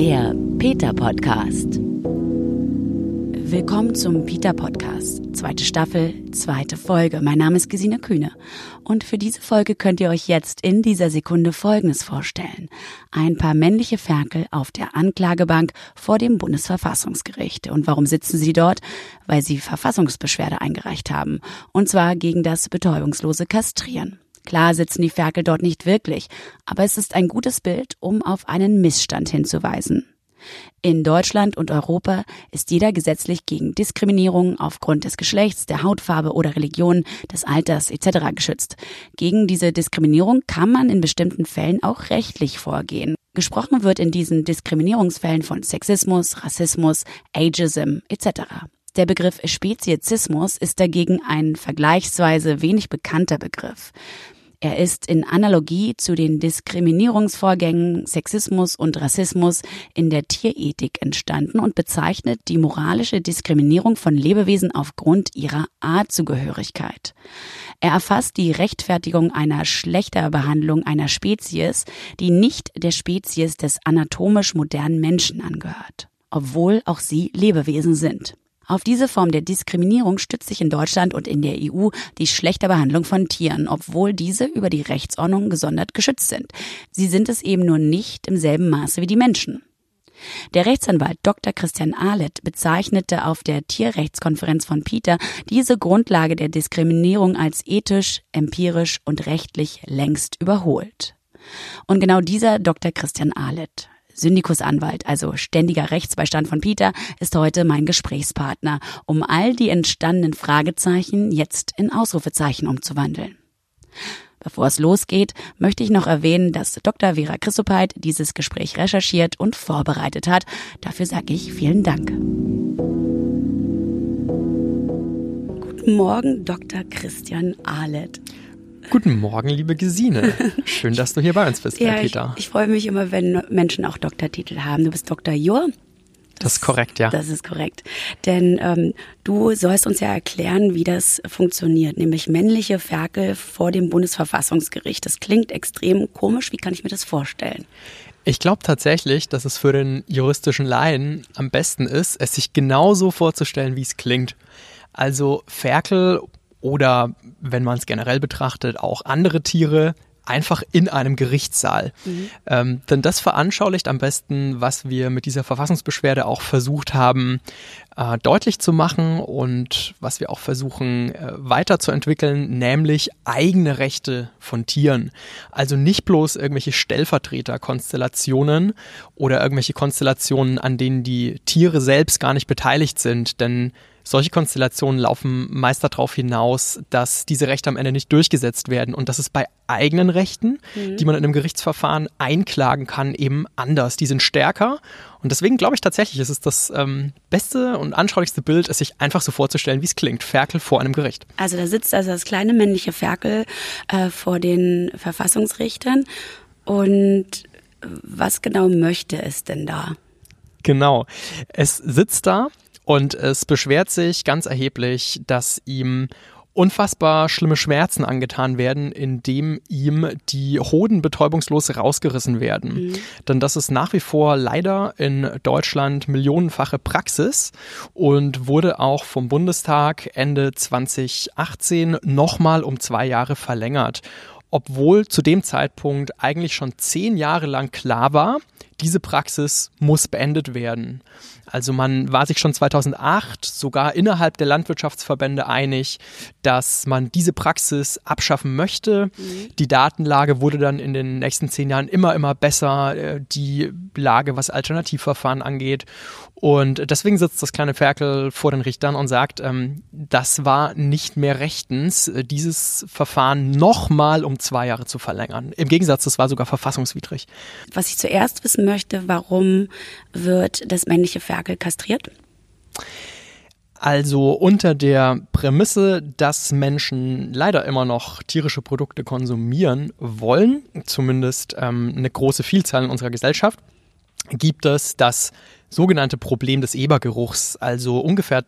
Der Peter-Podcast. Willkommen zum Peter-Podcast. 2. Staffel, 2. Folge. Mein Name ist Gesine Kühne. Und für diese Folge könnt ihr euch jetzt in dieser Sekunde Folgendes vorstellen. Ein paar männliche Ferkel auf der Anklagebank vor dem Bundesverfassungsgericht. Und warum sitzen sie dort? Weil sie Verfassungsbeschwerde eingereicht haben. Und zwar gegen das betäubungslose Kastrieren. Klar sitzen die Ferkel dort nicht wirklich, aber es ist ein gutes Bild, um auf einen Missstand hinzuweisen. In Deutschland und Europa ist jeder gesetzlich gegen Diskriminierung aufgrund des Geschlechts, der Hautfarbe oder Religion, des Alters etc. geschützt. Gegen diese Diskriminierung kann man in bestimmten Fällen auch rechtlich vorgehen. Gesprochen wird in diesen Diskriminierungsfällen von Sexismus, Rassismus, Ageism etc. Der Begriff Speziesismus ist dagegen ein vergleichsweise wenig bekannter Begriff. Er ist in Analogie zu den Diskriminierungsvorgängen Sexismus und Rassismus in der Tierethik entstanden und bezeichnet die moralische Diskriminierung von Lebewesen aufgrund ihrer Artzugehörigkeit. Er erfasst die Rechtfertigung einer schlechter Behandlung einer Spezies, die nicht der Spezies des anatomisch modernen Menschen angehört, obwohl auch sie Lebewesen sind. Auf diese Form der Diskriminierung stützt sich in Deutschland und in der EU die schlechte Behandlung von Tieren, obwohl diese über die Rechtsordnung gesondert geschützt sind. Sie sind es eben nur nicht im selben Maße wie die Menschen. Der Rechtsanwalt Dr. Christian Ahlet bezeichnete auf der Tierrechtskonferenz von Peter diese Grundlage der Diskriminierung als ethisch, empirisch und rechtlich längst überholt. Und genau dieser Dr. Christian Ahlet, Syndikusanwalt, also ständiger Rechtsbeistand von Peter, ist heute mein Gesprächspartner, um all die entstandenen Fragezeichen jetzt in Ausrufezeichen umzuwandeln. Bevor es losgeht, möchte ich noch erwähnen, dass Dr. Vera Christopheit dieses Gespräch recherchiert und vorbereitet hat. Dafür sage ich vielen Dank. Guten Morgen, Dr. Christian Ahlet. Guten Morgen, liebe Gesine. Schön, dass du hier bei uns bist, Peter. Ich freue mich immer, wenn Menschen auch Doktortitel haben. Du bist Dr. Jur. Das ist korrekt, ja. Das ist korrekt. Denn du sollst uns ja erklären, wie das funktioniert, nämlich männliche Ferkel vor dem Bundesverfassungsgericht. Das klingt extrem komisch. Wie kann ich mir das vorstellen? Ich glaube tatsächlich, dass es für den juristischen Laien am besten ist, es sich genauso vorzustellen, wie es klingt. Also Ferkel oder, wenn man es generell betrachtet, auch andere Tiere einfach in einem Gerichtssaal. Denn das veranschaulicht am besten, was wir mit dieser Verfassungsbeschwerde auch versucht haben, deutlich zu machen und was wir auch versuchen weiterzuentwickeln, nämlich eigene Rechte von Tieren. Also nicht bloß irgendwelche Stellvertreterkonstellationen oder irgendwelche Konstellationen, an denen die Tiere selbst gar nicht beteiligt sind, denn solche Konstellationen laufen meist darauf hinaus, dass diese Rechte am Ende nicht durchgesetzt werden und dass es bei eigenen Rechten, die man in einem Gerichtsverfahren einklagen kann, eben anders. Die sind stärker und deswegen glaube ich tatsächlich, es ist das beste und anschaulichste Bild, es sich einfach so vorzustellen, wie es klingt. Ferkel vor einem Gericht. Also da sitzt also das kleine männliche Ferkel vor den Verfassungsrichtern und was genau möchte es denn da? Genau, es sitzt da. Und es beschwert sich ganz erheblich, dass ihm unfassbar schlimme Schmerzen angetan werden, indem ihm die Hoden betäubungslos rausgerissen werden. Denn das ist nach wie vor leider in Deutschland millionenfache Praxis und wurde auch vom Bundestag Ende 2018 nochmal um 2 Jahre verlängert. Obwohl zu dem Zeitpunkt eigentlich schon 10 Jahre lang klar war, diese Praxis muss beendet werden. Also man war sich schon 2008 sogar innerhalb der Landwirtschaftsverbände einig, dass man diese Praxis abschaffen möchte. Die Datenlage wurde dann in den nächsten 10 Jahren immer besser, die Lage, was Alternativverfahren angeht. Und deswegen sitzt das kleine Ferkel vor den Richtern und sagt, das war nicht mehr rechtens, dieses Verfahren nochmal um 2 Jahre zu verlängern. Im Gegensatz, das war sogar verfassungswidrig. Was ich zuerst wissen möchte, warum wird das männliche Ferkel kastriert? Also unter der Prämisse, dass Menschen leider immer noch tierische Produkte konsumieren wollen, zumindest eine große Vielzahl in unserer Gesellschaft, gibt es das sogenannte Problem des Ebergeruchs. Also ungefähr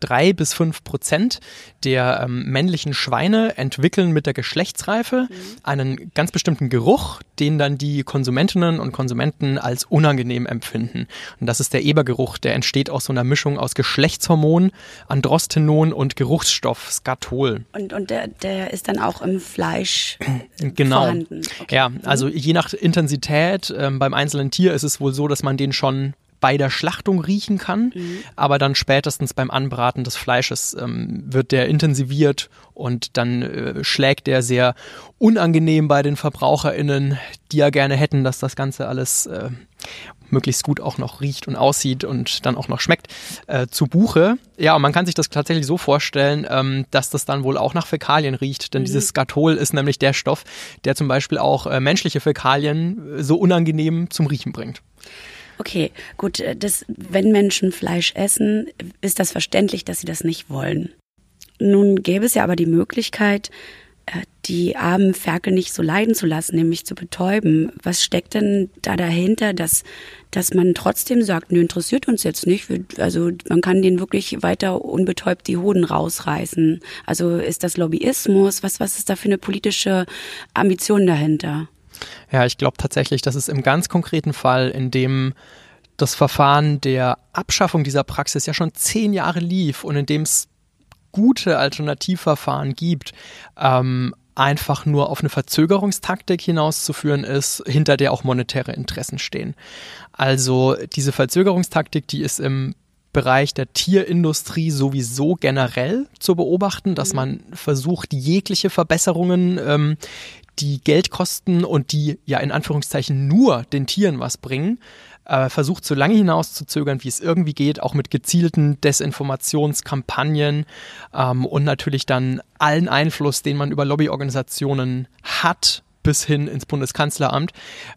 3-5% der männlichen Schweine entwickeln mit der Geschlechtsreife einen ganz bestimmten Geruch, den dann die Konsumentinnen und Konsumenten als unangenehm empfinden. Und das ist der Ebergeruch, der entsteht aus so einer Mischung aus Geschlechtshormon, Androstenon und Geruchsstoff Skatol. Und der ist dann auch im Fleisch genau. vorhanden? Okay. Ja, also je nach Intensität beim einzelnen Tier ist es wohl so, dass man den schon bei der Schlachtung riechen kann, aber dann spätestens beim Anbraten des Fleisches wird der intensiviert und dann schlägt der sehr unangenehm bei den VerbraucherInnen, die ja gerne hätten, dass das Ganze alles möglichst gut auch noch riecht und aussieht und dann auch noch schmeckt, zu Buche. Ja, und man kann sich das tatsächlich so vorstellen, dass das dann wohl auch nach Fäkalien riecht, denn dieses Skatol ist nämlich der Stoff, der zum Beispiel auch menschliche Fäkalien so unangenehm zum Riechen bringt. Okay, gut, wenn Menschen Fleisch essen, ist das verständlich, dass sie das nicht wollen. Nun gäbe es ja aber die Möglichkeit, die armen Ferkel nicht so leiden zu lassen, nämlich zu betäuben. Was steckt denn da dahinter, dass man trotzdem sagt, nö, interessiert uns jetzt nicht. Also man kann denen wirklich weiter unbetäubt die Hoden rausreißen. Also ist das Lobbyismus? Was ist da für eine politische Ambition dahinter? Ja, ich glaube tatsächlich, dass es im ganz konkreten Fall, in dem das Verfahren der Abschaffung dieser Praxis ja schon 10 Jahre lief und in dem es gute Alternativverfahren gibt, einfach nur auf eine Verzögerungstaktik hinauszuführen ist, hinter der auch monetäre Interessen stehen. Also diese Verzögerungstaktik, die ist im Bereich der Tierindustrie sowieso generell zu beobachten, dass man versucht, jegliche Verbesserungen, die Geld kosten und die ja in Anführungszeichen nur den Tieren was bringen, versucht so lange hinauszuzögern, wie es irgendwie geht, auch mit gezielten Desinformationskampagnen und natürlich dann allen Einfluss, den man über Lobbyorganisationen hat, bis hin ins Bundeskanzleramt,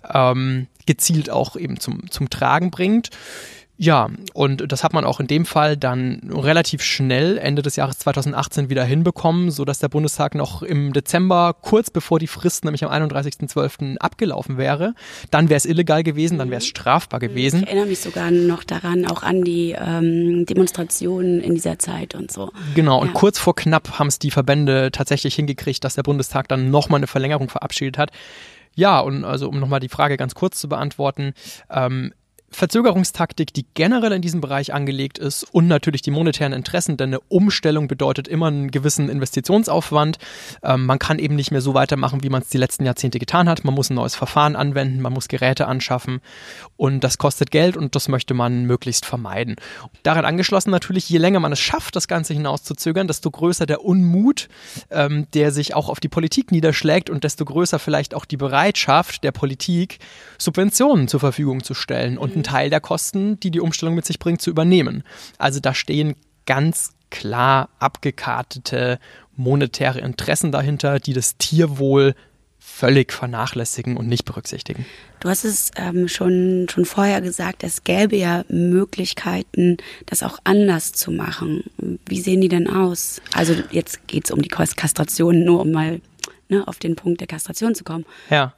gezielt auch eben zum Tragen bringt. Ja, und das hat man auch in dem Fall dann relativ schnell Ende des Jahres 2018 wieder hinbekommen, sodass der Bundestag noch im Dezember, kurz bevor die Frist, nämlich am 31.12. abgelaufen wäre, dann wäre es illegal gewesen, dann wäre es strafbar gewesen. Ich erinnere mich sogar noch daran, auch an die Demonstrationen in dieser Zeit und so. Genau, und kurz vor knapp haben es die Verbände tatsächlich hingekriegt, dass der Bundestag dann nochmal eine Verlängerung verabschiedet hat. Ja, und also um nochmal die Frage ganz kurz zu beantworten, Verzögerungstaktik, die generell in diesem Bereich angelegt ist und natürlich die monetären Interessen, denn eine Umstellung bedeutet immer einen gewissen Investitionsaufwand. Man kann eben nicht mehr so weitermachen, wie man es die letzten Jahrzehnte getan hat. Man muss ein neues Verfahren anwenden, man muss Geräte anschaffen und das kostet Geld und das möchte man möglichst vermeiden. Daran angeschlossen natürlich, je länger man es schafft, das Ganze hinauszuzögern, desto größer der Unmut, der sich auch auf die Politik niederschlägt und desto größer vielleicht auch die Bereitschaft der Politik, Subventionen zur Verfügung zu stellen und einen Teil der Kosten, die die Umstellung mit sich bringt, zu übernehmen. Also da stehen ganz klar abgekartete monetäre Interessen dahinter, die das Tierwohl völlig vernachlässigen und nicht berücksichtigen. Du hast es schon vorher gesagt, es gäbe ja Möglichkeiten, das auch anders zu machen. Wie sehen die denn aus? Also jetzt geht es um die Kastration, nur um mal auf den Punkt der Kastration zu kommen.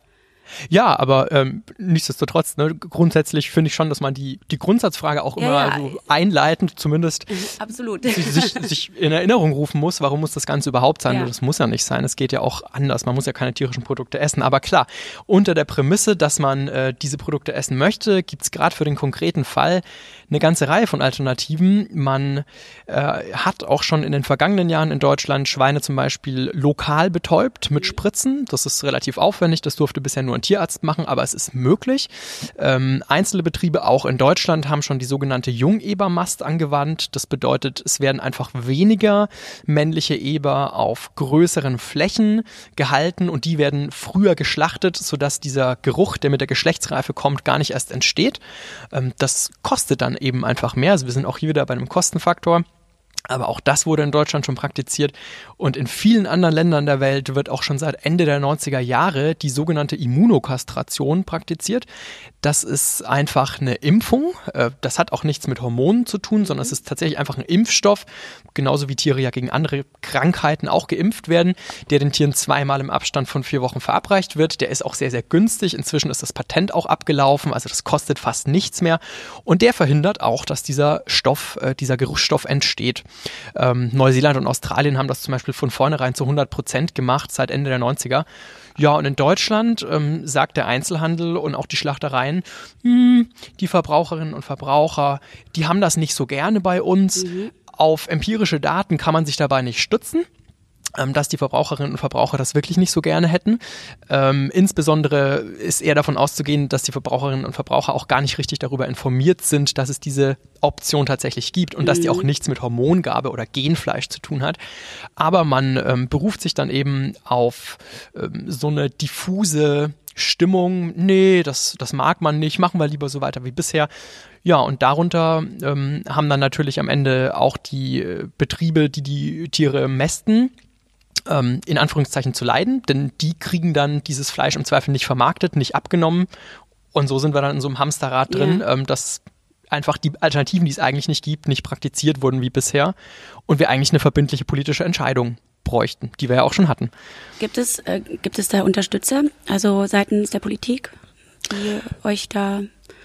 Ja, aber nichtsdestotrotz, grundsätzlich finde ich schon, dass man die Grundsatzfrage auch immer so einleitend zumindest absolut. sich in Erinnerung rufen muss, warum muss das Ganze überhaupt sein? Ja. Das muss ja nicht sein, es geht ja auch anders, man muss ja keine tierischen Produkte essen. Aber klar, unter der Prämisse, dass man diese Produkte essen möchte, gibt es gerade für den konkreten Fall eine ganze Reihe von Alternativen. Man hat auch schon in den vergangenen Jahren in Deutschland Schweine zum Beispiel lokal betäubt mit Spritzen. Das ist relativ aufwendig, das durfte bisher nur ein Tierarzt machen, aber es ist möglich. Einzelne Betriebe auch in Deutschland haben schon die sogenannte Jungebermast angewandt. Das bedeutet, es werden einfach weniger männliche Eber auf größeren Flächen gehalten und die werden früher geschlachtet, sodass dieser Geruch, der mit der Geschlechtsreife kommt, gar nicht erst entsteht. Das kostet dann eben einfach mehr. Also wir sind auch hier wieder bei einem Kostenfaktor. Aber auch das wurde in Deutschland schon praktiziert und in vielen anderen Ländern der Welt wird auch schon seit Ende der 90er Jahre die sogenannte Immunokastration praktiziert. Das ist einfach eine Impfung. Das hat auch nichts mit Hormonen zu tun, sondern es ist tatsächlich einfach ein Impfstoff, genauso wie Tiere ja gegen andere Krankheiten auch geimpft werden, der den Tieren 2-mal im Abstand von 4 Wochen verabreicht wird. Der ist auch sehr, sehr günstig. Inzwischen ist das Patent auch abgelaufen, also das kostet fast nichts mehr. Und der verhindert auch, dass dieser Geruchsstoff entsteht. Neuseeland und Australien haben das zum Beispiel von vornherein zu 100% gemacht, seit Ende der 90er. Ja, und in Deutschland sagt der Einzelhandel und auch die Schlachtereien, die Verbraucherinnen und Verbraucher, die haben das nicht so gerne bei uns. Auf empirische Daten kann man sich dabei nicht stützen, dass die Verbraucherinnen und Verbraucher das wirklich nicht so gerne hätten. Insbesondere ist eher davon auszugehen, dass die Verbraucherinnen und Verbraucher auch gar nicht richtig darüber informiert sind, dass es diese Option tatsächlich gibt und dass die auch nichts mit Hormongabe oder Genfleisch zu tun hat. Aber man beruft sich dann eben auf so eine diffuse Stimmung, nee, das mag man nicht, machen wir lieber so weiter wie bisher. Ja, und darunter haben dann natürlich am Ende auch die Betriebe, die Tiere mästen, in Anführungszeichen zu leiden, denn die kriegen dann dieses Fleisch im Zweifel nicht vermarktet, nicht abgenommen und so sind wir dann in so einem Hamsterrad drin, dass einfach die Alternativen, die es eigentlich nicht gibt, nicht praktiziert wurden wie bisher und wir eigentlich eine verbindliche politische Entscheidung bräuchten, die wir ja auch schon hatten. Gibt es da Unterstützer, also seitens der Politik, die euch da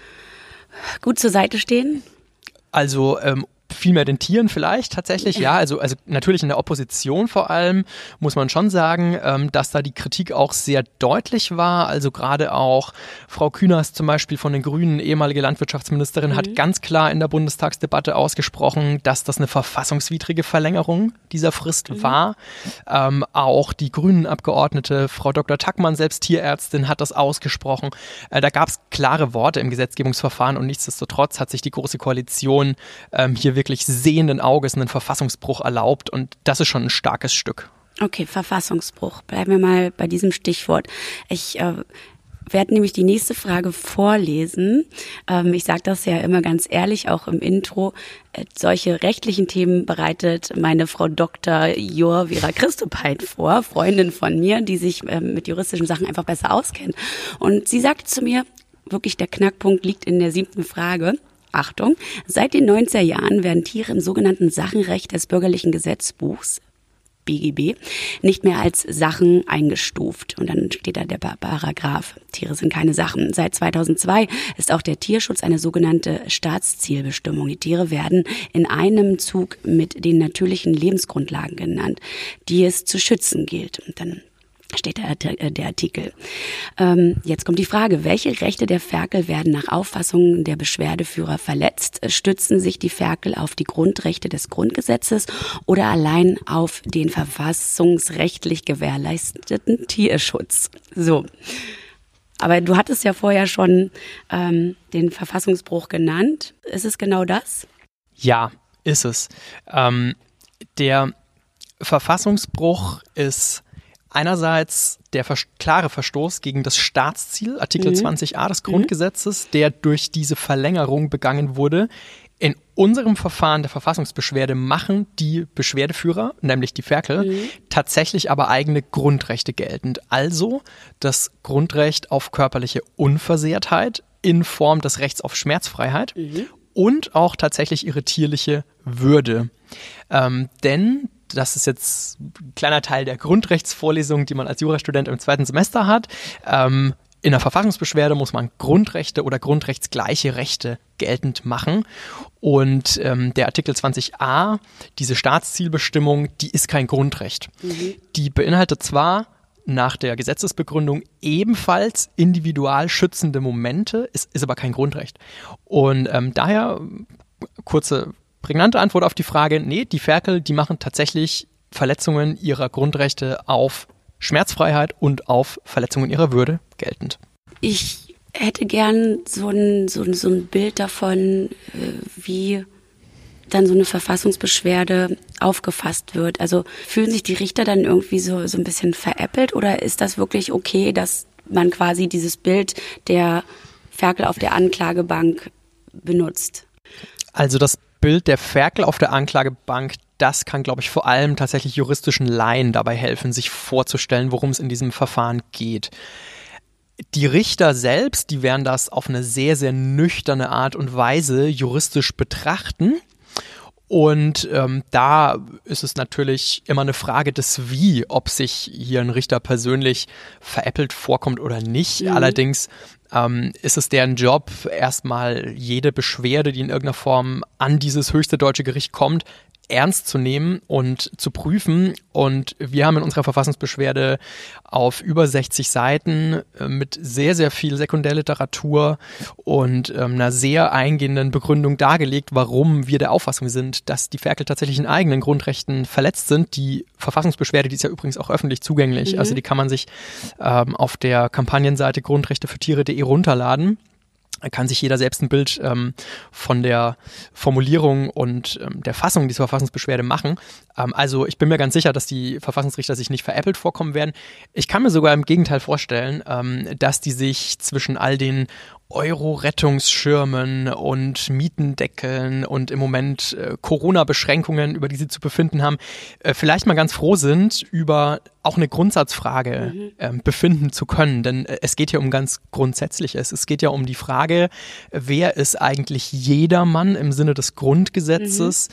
gut zur Seite stehen? Also viel mehr den Tieren vielleicht tatsächlich, ja, also natürlich in der Opposition vor allem muss man schon sagen, dass da die Kritik auch sehr deutlich war, also gerade auch Frau Künast zum Beispiel von den Grünen, ehemalige Landwirtschaftsministerin, hat ganz klar in der Bundestagsdebatte ausgesprochen, dass das eine verfassungswidrige Verlängerung dieser Frist war. Auch die Grünen-Abgeordnete, Frau Dr. Tackmann, selbst Tierärztin, hat das ausgesprochen. Da gab es klare Worte im Gesetzgebungsverfahren und nichtsdestotrotz hat sich die Große Koalition hier wirklich sehenden Auges einen Verfassungsbruch erlaubt und das ist schon ein starkes Stück. Okay, Verfassungsbruch. Bleiben wir mal bei diesem Stichwort. Ich werde nämlich die nächste Frage vorlesen. Ich sage das ja immer ganz ehrlich, auch im Intro. Solche rechtlichen Themen bereitet meine Frau Dr. Jur Vera Christopheit vor, Freundin von mir, die sich mit juristischen Sachen einfach besser auskennt. Und sie sagte zu mir, wirklich der Knackpunkt liegt in der 7. Frage. Achtung, seit den 90er Jahren werden Tiere im sogenannten Sachenrecht des bürgerlichen Gesetzbuchs, BGB, nicht mehr als Sachen eingestuft. Und dann steht da der Paragraph, Tiere sind keine Sachen. Seit 2002 ist auch der Tierschutz eine sogenannte Staatszielbestimmung. Die Tiere werden in einem Zug mit den natürlichen Lebensgrundlagen genannt, die es zu schützen gilt. Und dann steht der Artikel. Jetzt kommt die Frage, welche Rechte der Ferkel werden nach Auffassung der Beschwerdeführer verletzt? Stützen sich die Ferkel auf die Grundrechte des Grundgesetzes oder allein auf den verfassungsrechtlich gewährleisteten Tierschutz? So. Aber du hattest ja vorher schon den Verfassungsbruch genannt. Ist es genau das? Ja, ist es. Der Verfassungsbruch ist einerseits der klare Verstoß gegen das Staatsziel, Artikel 20a des Grundgesetzes, der durch diese Verlängerung begangen wurde. In unserem Verfahren der Verfassungsbeschwerde machen die Beschwerdeführer, nämlich die Ferkel, tatsächlich aber eigene Grundrechte geltend. Also das Grundrecht auf körperliche Unversehrtheit in Form des Rechts auf Schmerzfreiheit und auch tatsächlich ihre tierliche Würde. Denn das ist jetzt ein kleiner Teil der Grundrechtsvorlesung, die man als Jurastudent im 2. Semester hat. In der Verfassungsbeschwerde muss man Grundrechte oder grundrechtsgleiche Rechte geltend machen. Und der Artikel 20a, diese Staatszielbestimmung, die ist kein Grundrecht. Die beinhaltet zwar nach der Gesetzesbegründung ebenfalls individual schützende Momente, ist aber kein Grundrecht. Und daher kurze prägnante Antwort auf die Frage, nee, die Ferkel, die machen tatsächlich Verletzungen ihrer Grundrechte auf Schmerzfreiheit und auf Verletzungen ihrer Würde geltend. Ich hätte gern so ein Bild davon, wie dann so eine Verfassungsbeschwerde aufgefasst wird. Also fühlen sich die Richter dann irgendwie so ein bisschen veräppelt oder ist das wirklich okay, dass man quasi dieses Bild der Ferkel auf der Anklagebank benutzt? Also das Bild der Ferkel auf der Anklagebank, das kann, glaube ich, vor allem tatsächlich juristischen Laien dabei helfen, sich vorzustellen, worum es in diesem Verfahren geht. Die Richter selbst, die werden das auf eine sehr, sehr nüchterne Art und Weise juristisch betrachten. Und da ist es natürlich immer eine Frage des Wie, ob sich hier ein Richter persönlich veräppelt vorkommt oder nicht. Allerdings ist es deren Job, erstmal jede Beschwerde, die in irgendeiner Form an dieses höchste deutsche Gericht kommt, ernst zu nehmen und zu prüfen. Und wir haben in unserer Verfassungsbeschwerde auf über 60 Seiten mit sehr, sehr viel Sekundärliteratur und einer sehr eingehenden Begründung dargelegt, warum wir der Auffassung sind, dass die Ferkel tatsächlich in eigenen Grundrechten verletzt sind. Die Verfassungsbeschwerde, die ist ja übrigens auch öffentlich zugänglich. Also die kann man sich auf der Kampagnenseite grundrechteführtiere.de runterladen. Kann sich jeder selbst ein Bild von der Formulierung und der Fassung dieser Verfassungsbeschwerde machen. Also ich bin mir ganz sicher, dass die Verfassungsrichter sich nicht veräppelt vorkommen werden. Ich kann mir sogar im Gegenteil vorstellen, dass die sich zwischen all den Euro-Rettungsschirmen und Mietendeckeln und im Moment Corona-Beschränkungen, über die sie zu befinden haben, vielleicht mal ganz froh sind, über auch eine Grundsatzfrage befinden zu können. Denn es geht ja um ganz Grundsätzliches. Es geht ja um die Frage, wer ist eigentlich jedermann im Sinne des Grundgesetzes?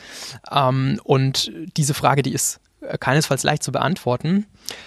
Und diese Frage, die ist keinesfalls leicht zu beantworten.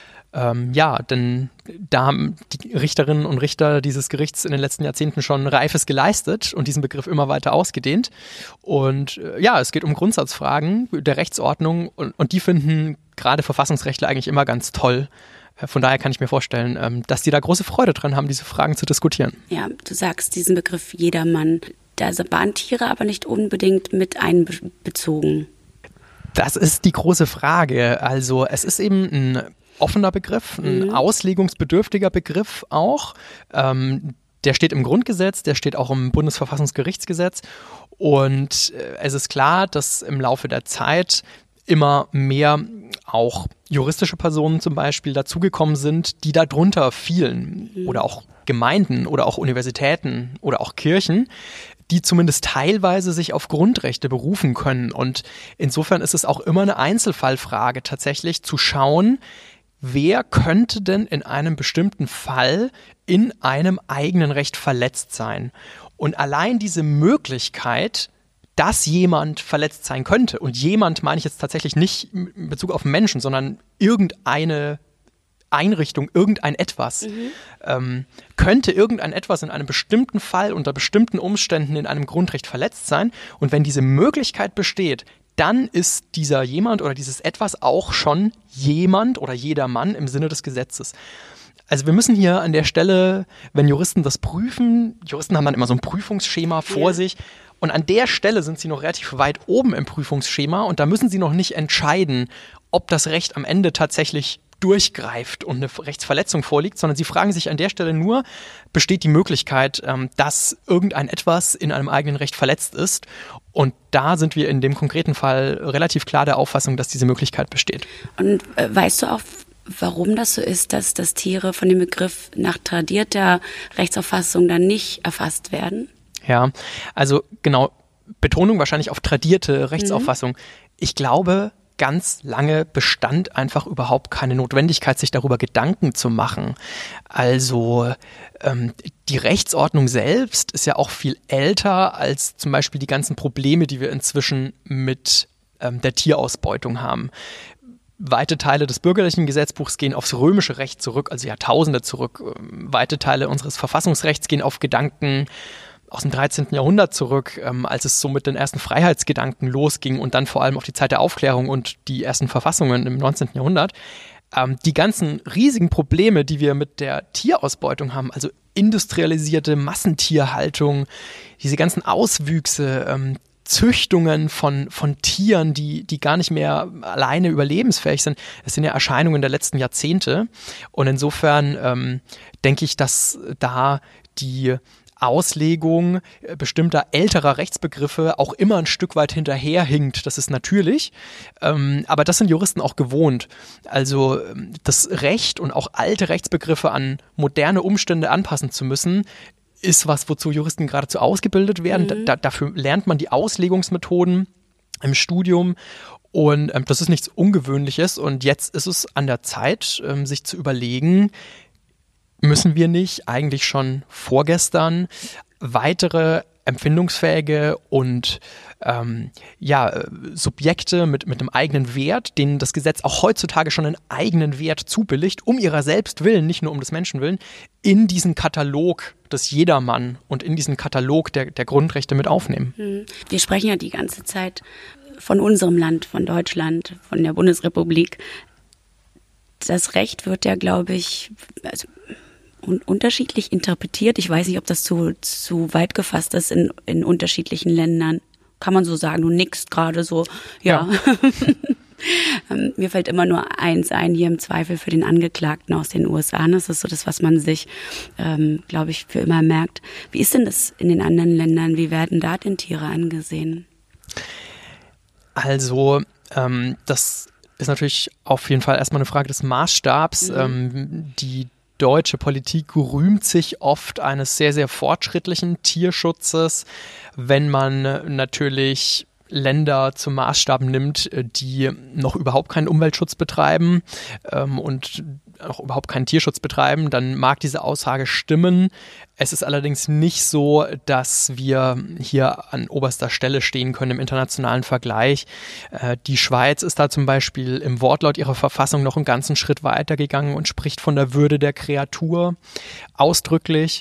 Denn da haben die Richterinnen und Richter dieses Gerichts in den letzten Jahrzehnten schon Reifes geleistet und diesen Begriff immer weiter ausgedehnt. Und es geht um Grundsatzfragen der Rechtsordnung und die finden gerade Verfassungsrechtler eigentlich immer ganz toll. Von daher kann ich mir vorstellen, dass die da große Freude dran haben, diese Fragen zu diskutieren. Ja, du sagst diesen Begriff jedermann. Da waren Tiere aber nicht unbedingt mit einbezogen. Das ist die große Frage. Also es ist eben ein offener Begriff, ein auslegungsbedürftiger Begriff auch. Der steht im Grundgesetz, der steht auch im Bundesverfassungsgerichtsgesetz. Und es ist klar, dass im Laufe der Zeit immer mehr auch juristische Personen zum Beispiel dazugekommen sind, die darunter fielen. Oder auch Gemeinden oder auch Universitäten oder auch Kirchen, die zumindest teilweise sich auf Grundrechte berufen können. Und insofern ist es auch immer eine Einzelfallfrage tatsächlich zu schauen, wer könnte denn in einem bestimmten Fall in einem eigenen Recht verletzt sein? Und allein diese Möglichkeit, dass jemand verletzt sein könnte, und jemand meine ich jetzt tatsächlich nicht in Bezug auf Menschen, sondern irgendeine Einrichtung, irgendein Etwas, könnte irgendein Etwas in einem bestimmten Fall unter bestimmten Umständen in einem Grundrecht verletzt sein. Und wenn diese Möglichkeit besteht, dann ist dieser jemand oder dieses Etwas auch schon jemand oder jedermann im Sinne des Gesetzes. Also wir müssen hier an der Stelle, wenn Juristen das prüfen, Juristen haben dann immer so ein Prüfungsschema vor sich, und an der Stelle sind sie noch relativ weit oben im Prüfungsschema und da müssen sie noch nicht entscheiden, ob das Recht am Ende tatsächlich durchgreift und eine Rechtsverletzung vorliegt, sondern sie fragen sich an der Stelle nur, besteht die Möglichkeit, dass irgendein Etwas in einem eigenen Recht verletzt ist? Und da sind wir in dem konkreten Fall relativ klar der Auffassung, dass diese Möglichkeit besteht. Und weißt du auch, warum das so ist, dass Tiere von dem Begriff nach tradierter Rechtsauffassung dann nicht erfasst werden? Ja, also genau, Betonung wahrscheinlich auf tradierte Rechtsauffassung. Ich glaube, ganz lange bestand einfach überhaupt keine Notwendigkeit, sich darüber Gedanken zu machen. Also die Rechtsordnung selbst ist ja auch viel älter als zum Beispiel die ganzen Probleme, die wir inzwischen mit der Tierausbeutung haben. Weite Teile des bürgerlichen Gesetzbuchs gehen aufs römische Recht zurück, also Jahrtausende zurück. Weite Teile unseres Verfassungsrechts gehen auf Gedanken aus dem 13. Jahrhundert zurück, als es so mit den ersten Freiheitsgedanken losging und dann vor allem auf die Zeit der Aufklärung und die ersten Verfassungen im 19. Jahrhundert. Die ganzen riesigen Probleme, die wir mit der Tierausbeutung haben, also industrialisierte Massentierhaltung, diese ganzen Auswüchse, Züchtungen von Tieren, die gar nicht mehr alleine überlebensfähig sind, das sind ja Erscheinungen der letzten Jahrzehnte. Und insofern denke ich, dass da die Auslegung bestimmter älterer Rechtsbegriffe auch immer ein Stück weit hinterherhinkt. Das ist natürlich, aber das sind Juristen auch gewohnt. Also das Recht und auch alte Rechtsbegriffe an moderne Umstände anpassen zu müssen, ist was, wozu Juristen geradezu ausgebildet werden. Dafür lernt man die Auslegungsmethoden im Studium. Und das ist nichts Ungewöhnliches. Und jetzt ist es an der Zeit, sich zu überlegen, müssen wir nicht eigentlich schon vorgestern weitere empfindungsfähige und Subjekte mit einem eigenen Wert, denen das Gesetz auch heutzutage schon einen eigenen Wert zubilligt, um ihrer selbst willen, nicht nur um des Menschen willen, in diesen Katalog des Jedermann und in diesen Katalog der Grundrechte mit aufnehmen. Wir sprechen ja die ganze Zeit von unserem Land, von Deutschland, von der Bundesrepublik. Das Recht wird ja, glaube ich, unterschiedlich interpretiert. Ich weiß nicht, ob das zu weit gefasst ist in unterschiedlichen Ländern. Kann man so sagen, du nickst gerade so. Ja. Mir fällt immer nur eins ein, hier im Zweifel für den Angeklagten aus den USA. Das ist so das, was man sich, glaube ich, für immer merkt. Wie ist denn das in den anderen Ländern? Wie werden da denn Tiere angesehen? Also, das ist natürlich auf jeden Fall erstmal eine Frage des Maßstabs. Die deutsche Politik rühmt sich oft eines sehr, sehr fortschrittlichen Tierschutzes, wenn man natürlich Länder zum Maßstab nimmt, die noch überhaupt keinen Umweltschutz betreiben und auch überhaupt keinen Tierschutz betreiben, dann mag diese Aussage stimmen. Es ist allerdings nicht so, dass wir hier an oberster Stelle stehen können im internationalen Vergleich. Die Schweiz ist da zum Beispiel im Wortlaut ihrer Verfassung noch einen ganzen Schritt weiter gegangen und spricht von der Würde der Kreatur ausdrücklich.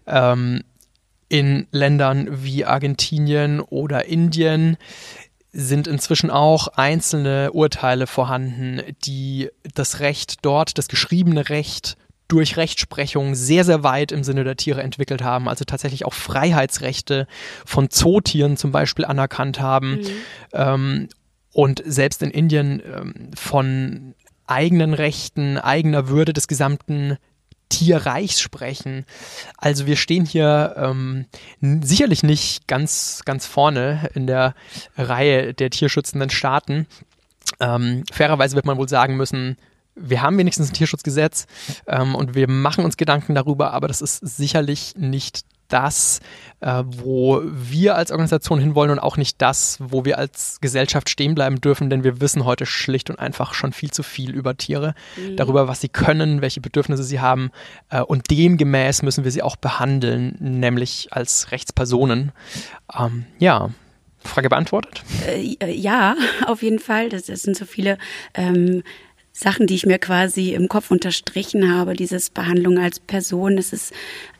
In Ländern wie Argentinien oder Indien sind inzwischen auch einzelne Urteile vorhanden, die das Recht dort, das geschriebene Recht durch Rechtsprechung sehr, sehr weit im Sinne der Tiere entwickelt haben, also tatsächlich auch Freiheitsrechte von Zootieren zum Beispiel anerkannt haben und selbst in Indien von eigenen Rechten, eigener Würde des gesamten Tierreichs sprechen. Also wir stehen hier sicherlich nicht ganz, ganz vorne in der Reihe der tierschützenden Staaten. Fairerweise wird man wohl sagen müssen, wir haben wenigstens ein Tierschutzgesetz und wir machen uns Gedanken darüber, aber das ist sicherlich nicht das, wo wir als Organisation hinwollen und auch nicht das, wo wir als Gesellschaft stehen bleiben dürfen, denn wir wissen heute schlicht und einfach schon viel zu viel über Tiere, darüber, was sie können, welche Bedürfnisse sie haben und demgemäß müssen wir sie auch behandeln, nämlich als Rechtspersonen. Frage beantwortet? Ja, auf jeden Fall. Das sind so viele Sachen, die ich mir quasi im Kopf unterstrichen habe, dieses Behandlung als Person, das ist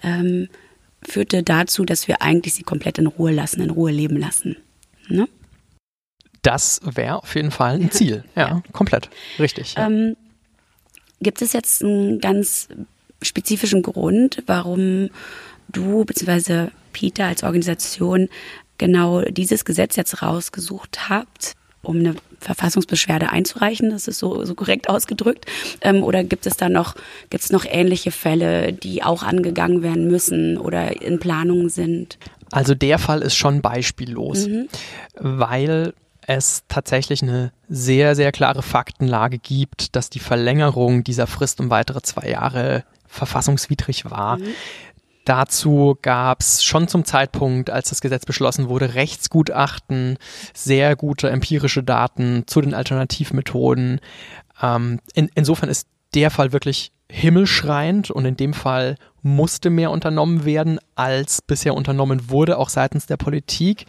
führte dazu, dass wir eigentlich sie komplett in Ruhe lassen, in Ruhe leben lassen. Ne? Das wäre auf jeden Fall ein Ziel. Ja, komplett. Richtig. Ja. Gibt es jetzt einen ganz spezifischen Grund, warum du bzw. Peter als Organisation genau dieses Gesetz jetzt rausgesucht habt, um eine Verfassungsbeschwerde einzureichen? Das ist so korrekt ausgedrückt. Oder gibt es noch ähnliche Fälle, die auch angegangen werden müssen oder in Planung sind? Also der Fall ist schon beispiellos, weil es tatsächlich eine sehr, sehr klare Faktenlage gibt, dass die Verlängerung dieser Frist um weitere 2 Jahre verfassungswidrig war. Dazu gab es schon zum Zeitpunkt, als das Gesetz beschlossen wurde, Rechtsgutachten, sehr gute empirische Daten zu den Alternativmethoden. Insofern ist der Fall wirklich himmelschreiend und in dem Fall musste mehr unternommen werden, als bisher unternommen wurde, auch seitens der Politik.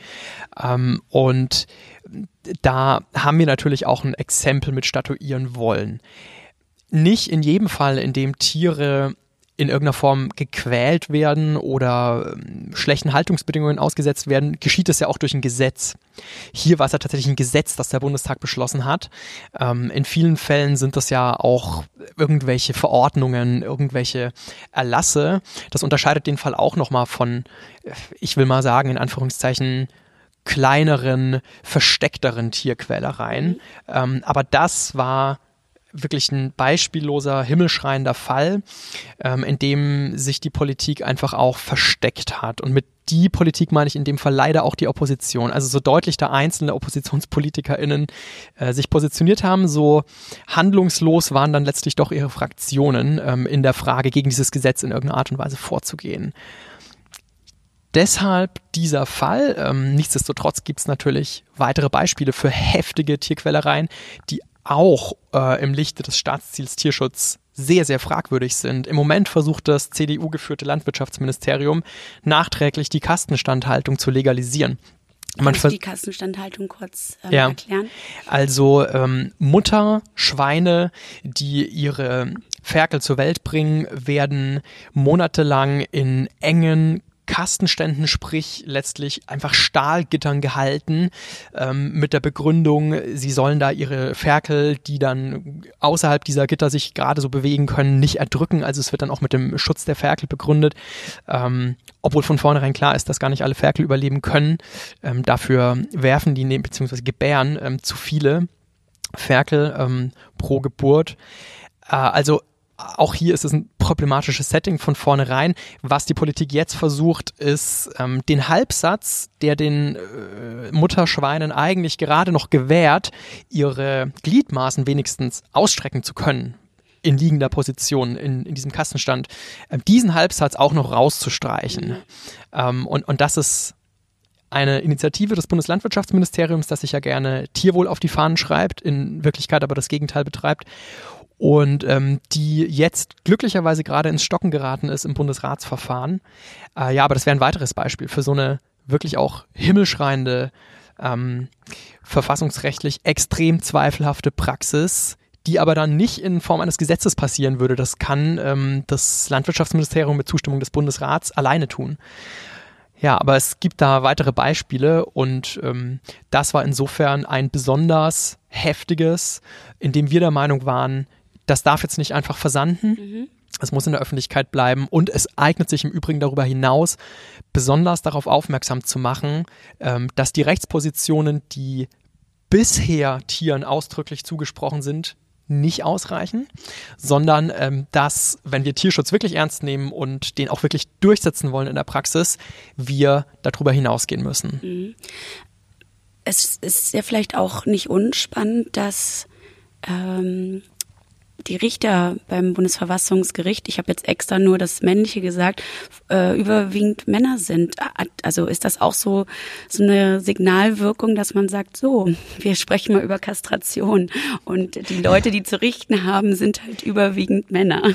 Und da haben wir natürlich auch ein Exempel mit statuieren wollen. Nicht in jedem Fall, in dem Tiere in irgendeiner Form gequält werden oder schlechten Haltungsbedingungen ausgesetzt werden, geschieht es ja auch durch ein Gesetz. Hier war es ja tatsächlich ein Gesetz, das der Bundestag beschlossen hat. In vielen Fällen sind das ja auch irgendwelche Verordnungen, irgendwelche Erlasse. Das unterscheidet den Fall auch nochmal von, ich will mal sagen, in Anführungszeichen, kleineren, versteckteren Tierquälereien. Aber das war wirklich ein beispielloser, himmelschreiender Fall, in dem sich die Politik einfach auch versteckt hat. Und mit die Politik meine ich in dem Fall leider auch die Opposition. Also so deutlich da einzelne OppositionspolitikerInnen sich positioniert haben, so handlungslos waren dann letztlich doch ihre Fraktionen in der Frage, gegen dieses Gesetz in irgendeiner Art und Weise vorzugehen. deshalb dieser Fall. Nichtsdestotrotz gibt es natürlich weitere Beispiele für heftige Tierquälereien, die auch im Lichte des Staatsziels Tierschutz sehr, sehr fragwürdig sind. Im Moment versucht das CDU-geführte Landwirtschaftsministerium nachträglich die Kastenstandhaltung zu legalisieren. Kannst du die Kastenstandhaltung kurz erklären? Also Mutterschweine, die ihre Ferkel zur Welt bringen, werden monatelang in engen Kastenständen, sprich letztlich einfach Stahlgittern gehalten, mit der Begründung, sie sollen da ihre Ferkel, die dann außerhalb dieser Gitter sich gerade so bewegen können, nicht erdrücken. Also es wird dann auch mit dem Schutz der Ferkel begründet, obwohl von vornherein klar ist, dass gar nicht alle Ferkel überleben können. Dafür werfen die bzw. gebären zu viele Ferkel pro Geburt. Also auch hier ist es ein problematisches Setting von vornherein. Was die Politik jetzt versucht, ist den Halbsatz, der den Mutterschweinen eigentlich gerade noch gewährt, ihre Gliedmaßen wenigstens ausstrecken zu können in liegender Position in diesem Kastenstand, diesen Halbsatz auch noch rauszustreichen. Und das ist eine Initiative des Bundeslandwirtschaftsministeriums, das sich ja gerne Tierwohl auf die Fahnen schreibt, in Wirklichkeit aber das Gegenteil betreibt. Und die jetzt glücklicherweise gerade ins Stocken geraten ist im Bundesratsverfahren. Aber das wäre ein weiteres Beispiel für so eine wirklich auch himmelschreiende, verfassungsrechtlich extrem zweifelhafte Praxis, die aber dann nicht in Form eines Gesetzes passieren würde. Das kann das Landwirtschaftsministerium mit Zustimmung des Bundesrats alleine tun. Ja, aber es gibt da weitere Beispiele und das war insofern ein besonders heftiges, in dem wir der Meinung waren, das darf jetzt nicht einfach versanden. Es muss in der Öffentlichkeit bleiben und es eignet sich im Übrigen darüber hinaus, besonders darauf aufmerksam zu machen, dass die Rechtspositionen, die bisher Tieren ausdrücklich zugesprochen sind, nicht ausreichen, sondern dass, wenn wir Tierschutz wirklich ernst nehmen und den auch wirklich durchsetzen wollen in der Praxis, wir darüber hinausgehen müssen. Es ist ja vielleicht auch nicht unspannend, dass die Richter beim Bundesverfassungsgericht, ich habe jetzt extra nur das Männliche gesagt, überwiegend Männer sind. Also ist das auch so eine Signalwirkung, dass man sagt, so, wir sprechen mal über Kastration und die Leute, die zu richten haben, sind halt überwiegend Männer.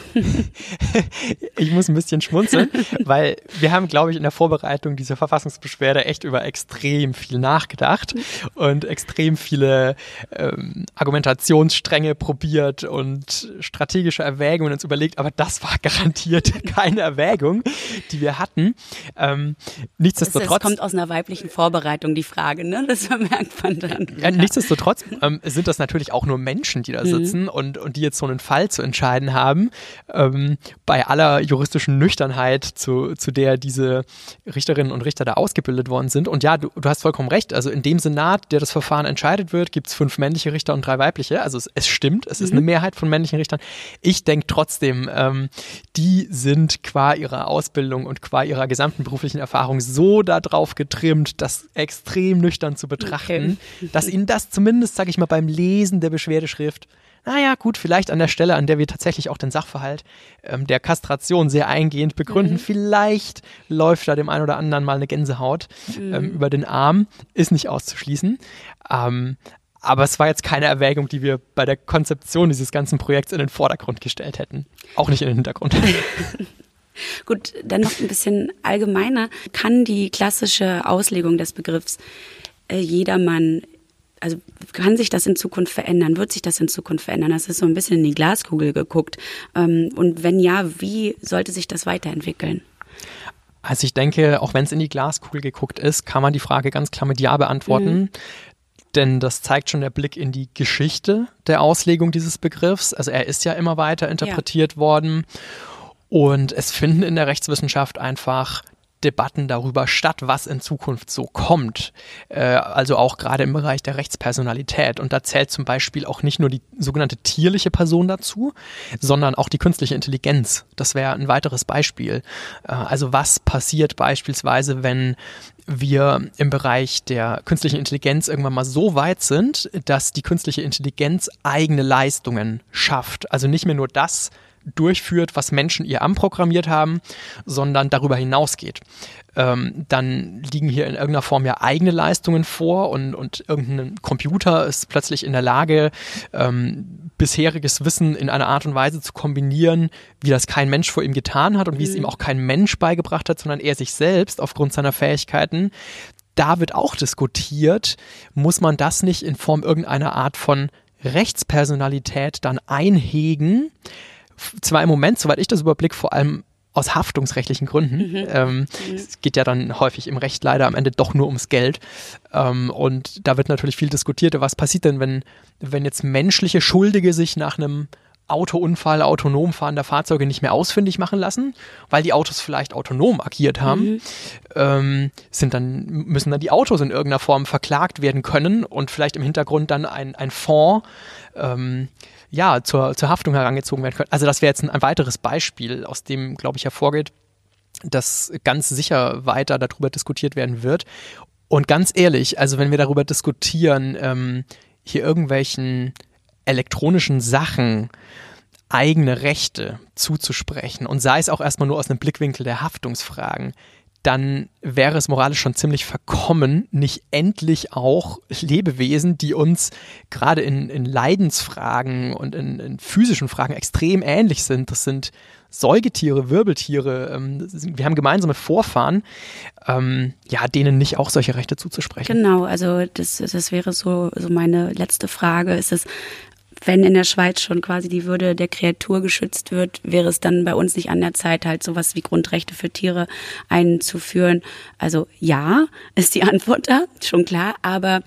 Ich muss ein bisschen schmunzeln, weil wir haben, glaube ich, in der Vorbereitung dieser Verfassungsbeschwerde echt über extrem viel nachgedacht und extrem viele Argumentationsstränge probiert und strategische Erwägungen uns überlegt, aber das war garantiert keine Erwägung, die wir hatten. Nichtsdestotrotz. Es kommt aus einer weiblichen Vorbereitung, die Frage, ne? Das merkt man dann. Ja, nichtsdestotrotz sind das natürlich auch nur Menschen, die da sitzen und die jetzt so einen Fall zu entscheiden haben. Bei aller juristischen Nüchternheit, zu der diese Richterinnen und Richter da ausgebildet worden sind. Und ja, du hast vollkommen recht. Also in dem Senat, der das Verfahren entscheidet wird, gibt es 5 männliche Richter und 3 weibliche. Also es stimmt, es ist eine Mehrheit von männlichen Richtern. Ich denke trotzdem, die sind qua ihrer Ausbildung und qua ihrer gesamten beruflichen Erfahrung so darauf getrimmt, das extrem nüchtern zu betrachten, dass ihnen das zumindest, sage ich mal, beim Lesen der Beschwerdeschrift, naja gut, vielleicht an der Stelle, an der wir tatsächlich auch den Sachverhalt der Kastration sehr eingehend begründen, vielleicht läuft da dem einen oder anderen mal eine Gänsehaut über den Arm, ist nicht auszuschließen. Aber es war jetzt keine Erwägung, die wir bei der Konzeption dieses ganzen Projekts in den Vordergrund gestellt hätten. Auch nicht in den Hintergrund. Gut, dann noch ein bisschen allgemeiner. Kann die klassische Auslegung des Begriffs jedermann, also kann sich das in Zukunft verändern? Wird sich das in Zukunft verändern? Das ist so ein bisschen in die Glaskugel geguckt. Und wenn ja, wie sollte sich das weiterentwickeln? Also ich denke, auch wenn es in die Glaskugel geguckt ist, kann man die Frage ganz klar mit Ja beantworten. Denn das zeigt schon der Blick in die Geschichte der Auslegung dieses Begriffs. Also er ist ja immer weiter interpretiert worden. Und es finden in der Rechtswissenschaft einfach Debatten darüber statt, was in Zukunft so kommt. Also auch gerade im Bereich der Rechtspersonalität. Und da zählt zum Beispiel auch nicht nur die sogenannte tierliche Person dazu, sondern auch die künstliche Intelligenz. Das wäre ein weiteres Beispiel. Also was passiert beispielsweise, wenn wir im Bereich der künstlichen Intelligenz irgendwann mal so weit sind, dass die künstliche Intelligenz eigene Leistungen schafft. Also nicht mehr nur das durchführt, was Menschen ihr anprogrammiert haben, sondern darüber hinausgeht. Dann liegen hier in irgendeiner Form ja eigene Leistungen vor und irgendein Computer ist plötzlich in der Lage, bisheriges Wissen in einer Art und Weise zu kombinieren, wie das kein Mensch vor ihm getan hat und wie es ihm auch kein Mensch beigebracht hat, sondern er sich selbst aufgrund seiner Fähigkeiten. Da wird auch diskutiert, muss man das nicht in Form irgendeiner Art von Rechtspersonalität dann einhegen? Zwar im Moment, soweit ich das überblicke, vor allem aus haftungsrechtlichen Gründen. Es geht ja dann häufig im Recht leider am Ende doch nur ums Geld. Und da wird natürlich viel diskutiert. Was passiert denn, wenn jetzt menschliche Schuldige sich nach einem Autounfall, autonom fahrender Fahrzeuge nicht mehr ausfindig machen lassen, weil die Autos vielleicht autonom agiert haben, müssen dann die Autos in irgendeiner Form verklagt werden können und vielleicht im Hintergrund dann ein Fonds zur Haftung herangezogen werden können. Also das wäre jetzt ein weiteres Beispiel, aus dem, glaube ich, hervorgeht, dass ganz sicher weiter darüber diskutiert werden wird. Und ganz ehrlich, also wenn wir darüber diskutieren, hier irgendwelchen elektronischen Sachen eigene Rechte zuzusprechen und sei es auch erstmal nur aus einem Blickwinkel der Haftungsfragen, dann wäre es moralisch schon ziemlich verkommen, nicht endlich auch Lebewesen, die uns gerade in Leidensfragen und in physischen Fragen extrem ähnlich sind. Das sind Säugetiere, Wirbeltiere, wir haben gemeinsame Vorfahren, denen nicht auch solche Rechte zuzusprechen. Genau, also das wäre so meine letzte Frage. Ist es, wenn in der Schweiz schon quasi die Würde der Kreatur geschützt wird, wäre es dann bei uns nicht an der Zeit, halt sowas wie Grundrechte für Tiere einzuführen? Also ja, ist die Antwort da, schon klar, aber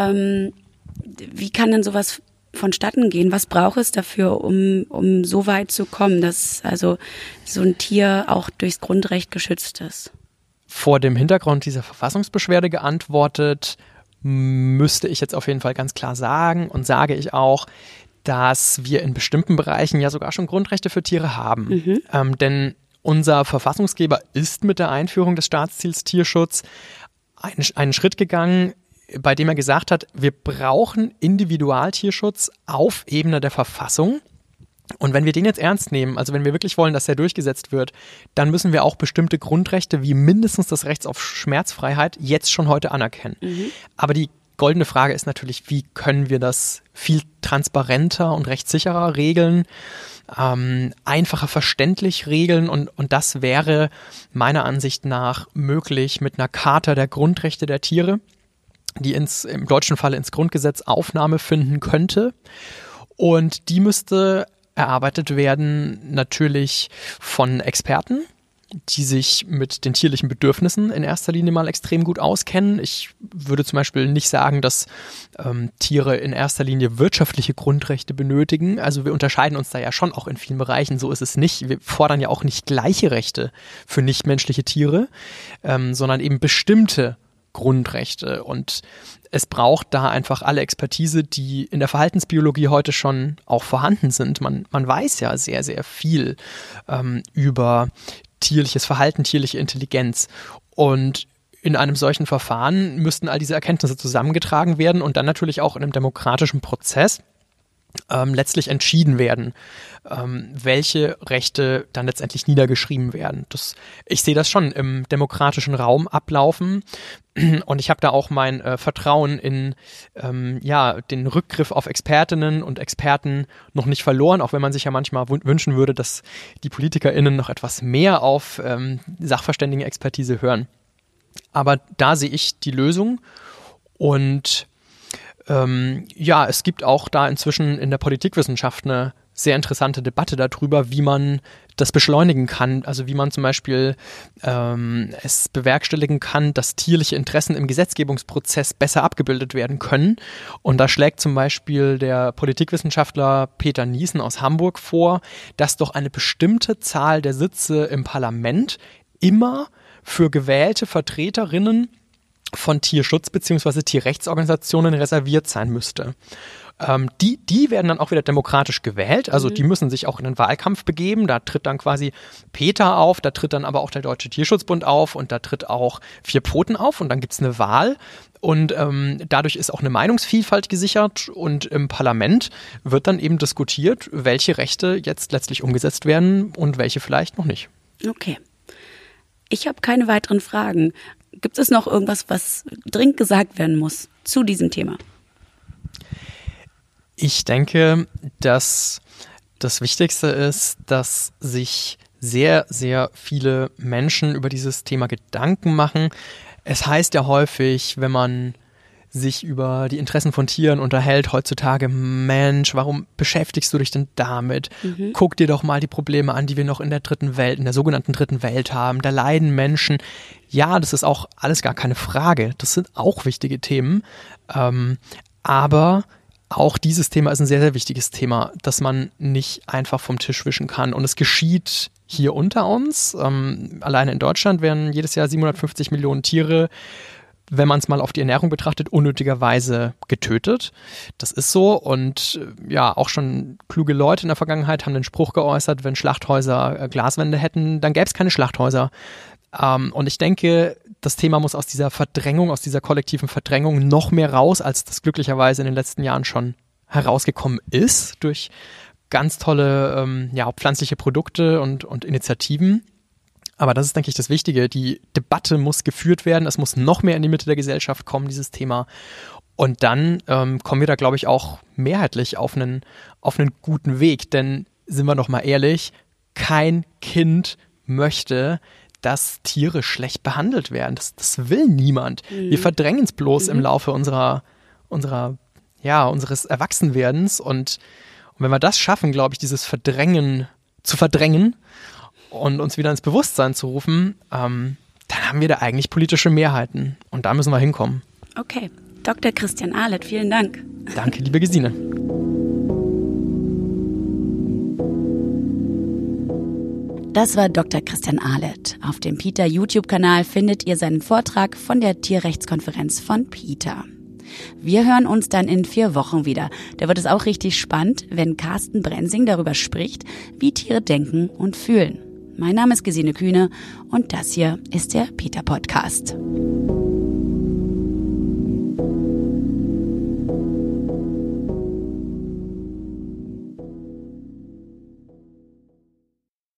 wie kann denn sowas vonstatten gehen? Was braucht es dafür, um so weit zu kommen, dass also so ein Tier auch durchs Grundrecht geschützt ist? Vor dem Hintergrund dieser Verfassungsbeschwerde geantwortet, müsste ich jetzt auf jeden Fall ganz klar sagen und sage ich auch, dass wir in bestimmten Bereichen ja sogar schon Grundrechte für Tiere haben. Denn unser Verfassungsgeber ist mit der Einführung des Staatsziels Tierschutz einen Schritt gegangen, bei dem er gesagt hat, wir brauchen Individualtierschutz auf Ebene der Verfassung. Und wenn wir den jetzt ernst nehmen, also wenn wir wirklich wollen, dass der durchgesetzt wird, dann müssen wir auch bestimmte Grundrechte wie mindestens das Recht auf Schmerzfreiheit jetzt schon heute anerkennen. Aber die goldene Frage ist natürlich, wie können wir das viel transparenter und rechtssicherer regeln, einfacher verständlich regeln und das wäre meiner Ansicht nach möglich mit einer Charta der Grundrechte der Tiere, die im deutschen Falle ins Grundgesetz Aufnahme finden könnte und die müsste erarbeitet werden natürlich von Experten, die sich mit den tierlichen Bedürfnissen in erster Linie mal extrem gut auskennen. Ich würde zum Beispiel nicht sagen, dass Tiere in erster Linie wirtschaftliche Grundrechte benötigen. Also wir unterscheiden uns da ja schon auch in vielen Bereichen. So ist es nicht. Wir fordern ja auch nicht gleiche Rechte für nichtmenschliche Tiere, sondern eben bestimmte Grundrechte. Und es braucht da einfach alle Expertise, die in der Verhaltensbiologie heute schon auch vorhanden sind. Man weiß ja sehr, sehr viel über tierliches Verhalten, tierliche Intelligenz. Und in einem solchen Verfahren müssten all diese Erkenntnisse zusammengetragen werden und dann natürlich auch in einem demokratischen Prozess letztlich entschieden werden, welche Rechte dann letztendlich niedergeschrieben werden. Ich sehe das schon im demokratischen Raum ablaufen und ich habe da auch mein Vertrauen in den Rückgriff auf Expertinnen und Experten noch nicht verloren, auch wenn man sich ja manchmal wünschen würde, dass die PolitikerInnen noch etwas mehr auf Sachverständigenexpertise hören. Aber da sehe ich die Lösung und es gibt auch da inzwischen in der Politikwissenschaft eine sehr interessante Debatte darüber, wie man das beschleunigen kann. Also wie man zum Beispiel es bewerkstelligen kann, dass tierliche Interessen im Gesetzgebungsprozess besser abgebildet werden können. Und da schlägt zum Beispiel der Politikwissenschaftler Peter Niesen aus Hamburg vor, dass doch eine bestimmte Zahl der Sitze im Parlament immer für gewählte Vertreterinnen von Tierschutz- bzw. Tierrechtsorganisationen reserviert sein müsste. Die werden dann auch wieder demokratisch gewählt, also die müssen sich auch in den Wahlkampf begeben, da tritt dann quasi Peter auf, da tritt dann aber auch der Deutsche Tierschutzbund auf und da tritt auch Vier Pfoten auf und dann gibt's eine Wahl und dadurch ist auch eine Meinungsvielfalt gesichert und im Parlament wird dann eben diskutiert, welche Rechte jetzt letztlich umgesetzt werden und welche vielleicht noch nicht. Okay. Ich habe keine weiteren Fragen. Gibt es noch irgendwas, was dringend gesagt werden muss zu diesem Thema? Ich denke, dass das Wichtigste ist, dass sich sehr, sehr viele Menschen über dieses Thema Gedanken machen. Es heißt ja häufig, wenn man sich über die Interessen von Tieren unterhält heutzutage, Mensch, warum beschäftigst du dich denn damit? Guck dir doch mal die Probleme an, die wir noch in der dritten Welt, in der sogenannten dritten Welt haben. Da leiden Menschen. Ja, das ist auch alles gar keine Frage. Das sind auch wichtige Themen. Aber auch dieses Thema ist ein sehr, sehr wichtiges Thema, das man nicht einfach vom Tisch wischen kann. Und es geschieht hier unter uns. Alleine in Deutschland werden jedes Jahr 750 Millionen Tiere, wenn man es mal auf die Ernährung betrachtet, unnötigerweise getötet. Das ist so. Und ja, auch schon kluge Leute in der Vergangenheit haben den Spruch geäußert, wenn Schlachthäuser Glaswände hätten, dann gäbe es keine Schlachthäuser. Und ich denke, das Thema muss aus dieser Verdrängung, aus dieser kollektiven Verdrängung noch mehr raus, als das glücklicherweise in den letzten Jahren schon herausgekommen ist durch ganz tolle pflanzliche Produkte und Initiativen. Aber das ist, denke ich, das Wichtige. Die Debatte muss geführt werden. Es muss noch mehr in die Mitte der Gesellschaft kommen, dieses Thema. Und dann kommen wir da, glaube ich, auch mehrheitlich auf einen guten Weg. Denn, sind wir doch mal ehrlich, kein Kind möchte, dass Tiere schlecht behandelt werden. Das will niemand. Wir verdrängen es bloß im Laufe unseres Erwachsenwerdens. Und wenn wir das schaffen, glaube ich, dieses Verdrängen zu verdrängen und uns wieder ins Bewusstsein zu rufen, dann haben wir da eigentlich politische Mehrheiten. Und da müssen wir hinkommen. Okay. Dr. Christian Ahlet, vielen Dank. Danke, liebe Gesine. Das war Dr. Christian Ahlet. Auf dem PETA YouTube-Kanal findet ihr seinen Vortrag von der Tierrechtskonferenz von PETA. Wir hören uns dann in 4 Wochen wieder. Da wird es auch richtig spannend, wenn Carsten Brensing darüber spricht, wie Tiere denken und fühlen. Mein Name ist Gesine Kühne und das hier ist der PETA Podcast.